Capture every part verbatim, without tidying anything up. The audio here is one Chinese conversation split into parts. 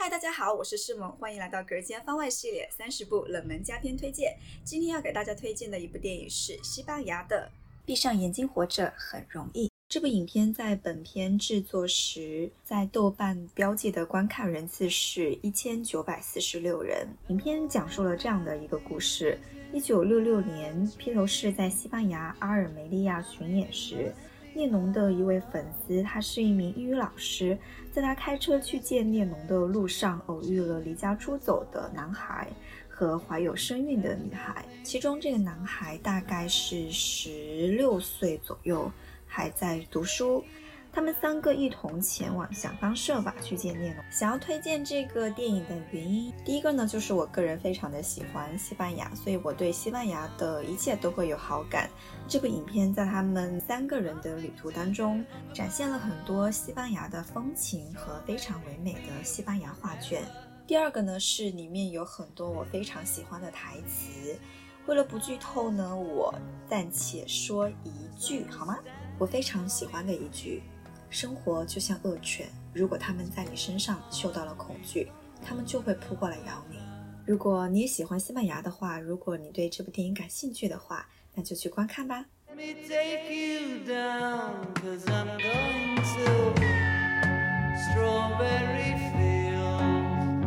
嗨，大家好，我是世萌，欢迎来到隔间番外系列三十部冷门佳片推荐。今天要给大家推荐的一部电影是西班牙的《闭上眼睛活着很容易》。这部影片在本片制作时，在豆瓣标记的观看人次是一千九百四十六人。影片讲述了这样的一个故事：一九六六年，披头士在西班牙阿尔梅利亚巡演时，列侬的一位粉丝，他是一名英语老师，在他开车去见列侬的路上，偶遇了离家出走的男孩和怀有身孕的女孩。其中这个男孩大概是十六岁左右，还在读书。他们三个一同前往想方设法去见列侬。想要推荐这个电影的原因，第一个呢，就是我个人非常的喜欢西班牙，所以我对西班牙的一切都会有好感。这部影片在他们三个人的旅途当中，展现了很多西班牙的风情和非常唯美的西班牙画卷。第二个呢，是里面有很多我非常喜欢的台词。为了不剧透呢，我暂且说一句好吗？我非常喜欢的一句：生活就像恶犬，如果他们在你身上嗅到了恐惧，他们就会扑过来咬你。如果你也喜欢西班牙的话，如果你对这部电影感兴趣的话，那就去观看吧。Let me take you down, 'cause I'm going to Strawberry Fields.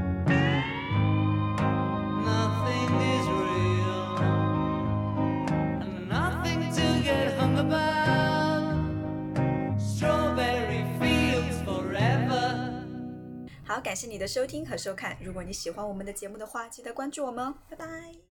Nothing is real, and nothing to get hung about.Strawberry Fields forever。 好，感谢你的收听和收看。如果你喜欢我们的节目的话，记得关注我们哦，拜拜。